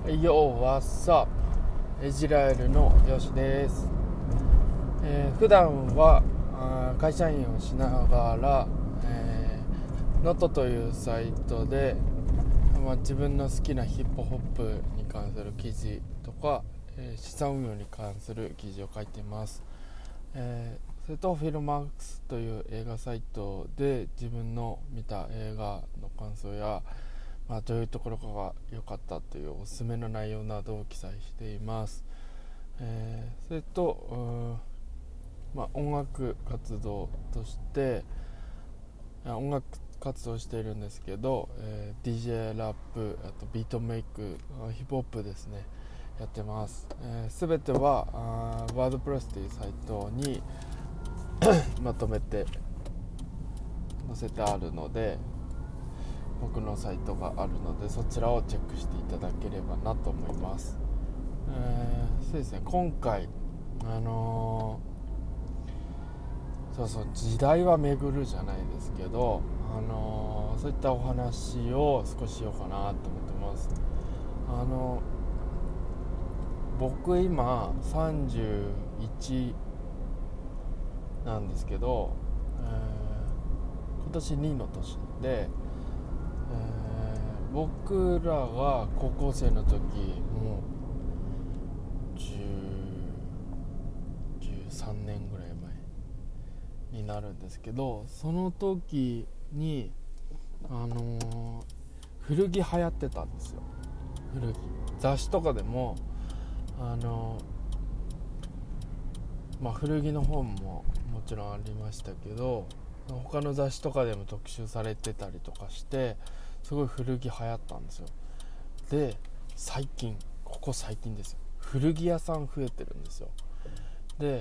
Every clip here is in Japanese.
Yo, what's up? イスラエルのヨシです。普段は会社員をしながら、ノートというサイトで、自分の好きなヒップホップに関する記事とか、資産運用に関する記事を書いています。それとフィルマークスという映画サイトで自分の見た映画の感想や、どういうところかが良かったというおすすめの内容などを記載しています。それと音楽活動として音楽活動しているんですけど、DJ ラップ、あとビートメイク、ヒップホップですね、やってます。すべてはワードプレスというサイトにまとめて載せてあるので、僕のサイトがあるのでそちらをチェックしていただければなと思います。そうですね、今回時代は巡るじゃないですけど、そういったお話を少ししようかなと思ってます。僕今31なんですけど、今年2の年で、僕らが高校生の時もう13年ぐらい前になるんですけど、その時に古着流行ってたんですよ。古着雑誌とかでも古着の本ももちろんありましたけど、他の雑誌とかでも特集されてたりとかして、すごい古着流行ったんですよ。で、ここ最近ですよ、古着屋さん増えてるんですよ。で、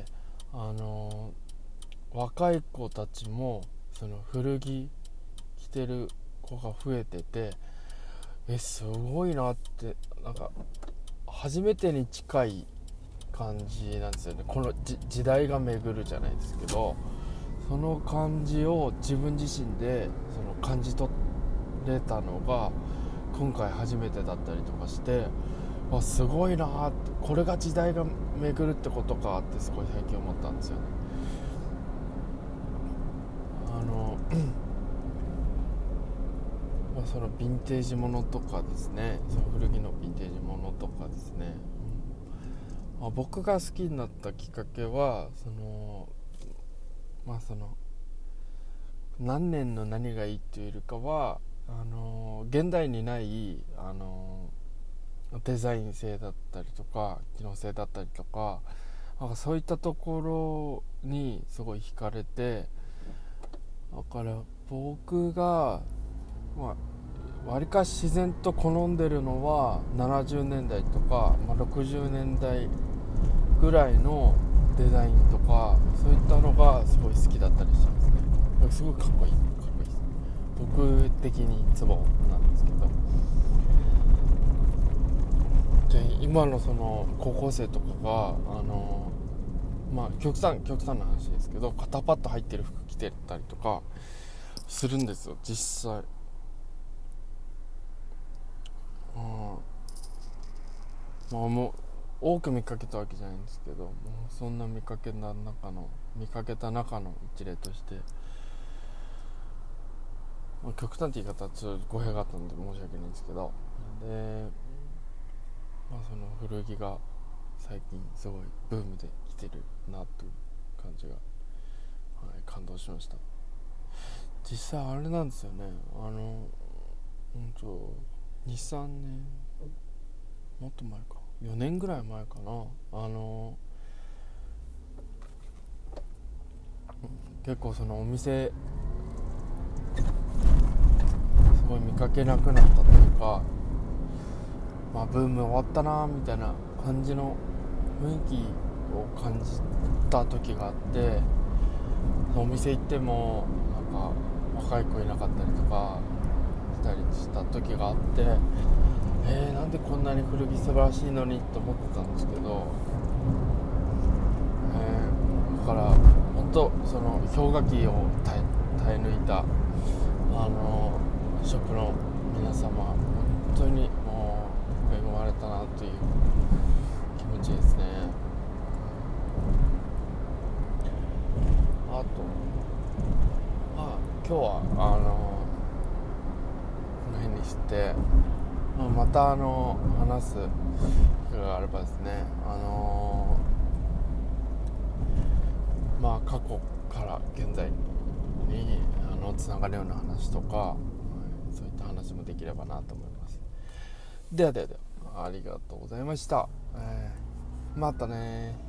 若い子たちもその古着着てる子が増えてて、すごいなって、なんか初めてに近い感じなんですよね。この時代が巡るじゃないですけど、その感じを自分自身で感じ取れたのが今回初めてだったりとかして、すごいなって、これが時代が巡るってことかってすごい最近思ったんですよね。そのヴィンテージものとかですね、その古着のヴィンテージものとかですね、僕が好きになったきっかけは何年の何がいいっていうよりかは、現代にないデザイン性だったりとか機能性だったりとか、そういったところにすごい惹かれて、だから僕がわりかし自然と好んでるのは70年代とか、60年代ぐらいのデザインとか、そういったのがすごい好きだったりしますね。すごいかっこいいです。僕的にツボなんですけど、で今のその高校生とかが極端な話ですけど、肩パッド入ってる服着てたりとかするんですよ、実際。もう多く見かけたわけじゃないんですけど、もうそんな見かけた中の一例として、極端って言い方はちょっと語弊があったので申し訳ないんですけど、で、その古着が最近すごいブームで来てるなという感じが、感動しました。実際あれなんですよね、2、3年もっと前か、4年ぐらい前かな、結構そのお店すごい見かけなくなったというか、ブーム終わったなみたいな感じの雰囲気を感じた時があって、お店行っても若い子いなかったりとかしたりした時があって、なんでこんなに古着素晴らしいのにと思ってたんですけど、だから本当その氷河期を耐え抜いたショップの皆様、本当にもう恵まれたなあと今日はこの辺にして、また話す機会があればですね、過去から現在につながるような話とか、そういった話もできればなと思います。ではありがとうございました。またね。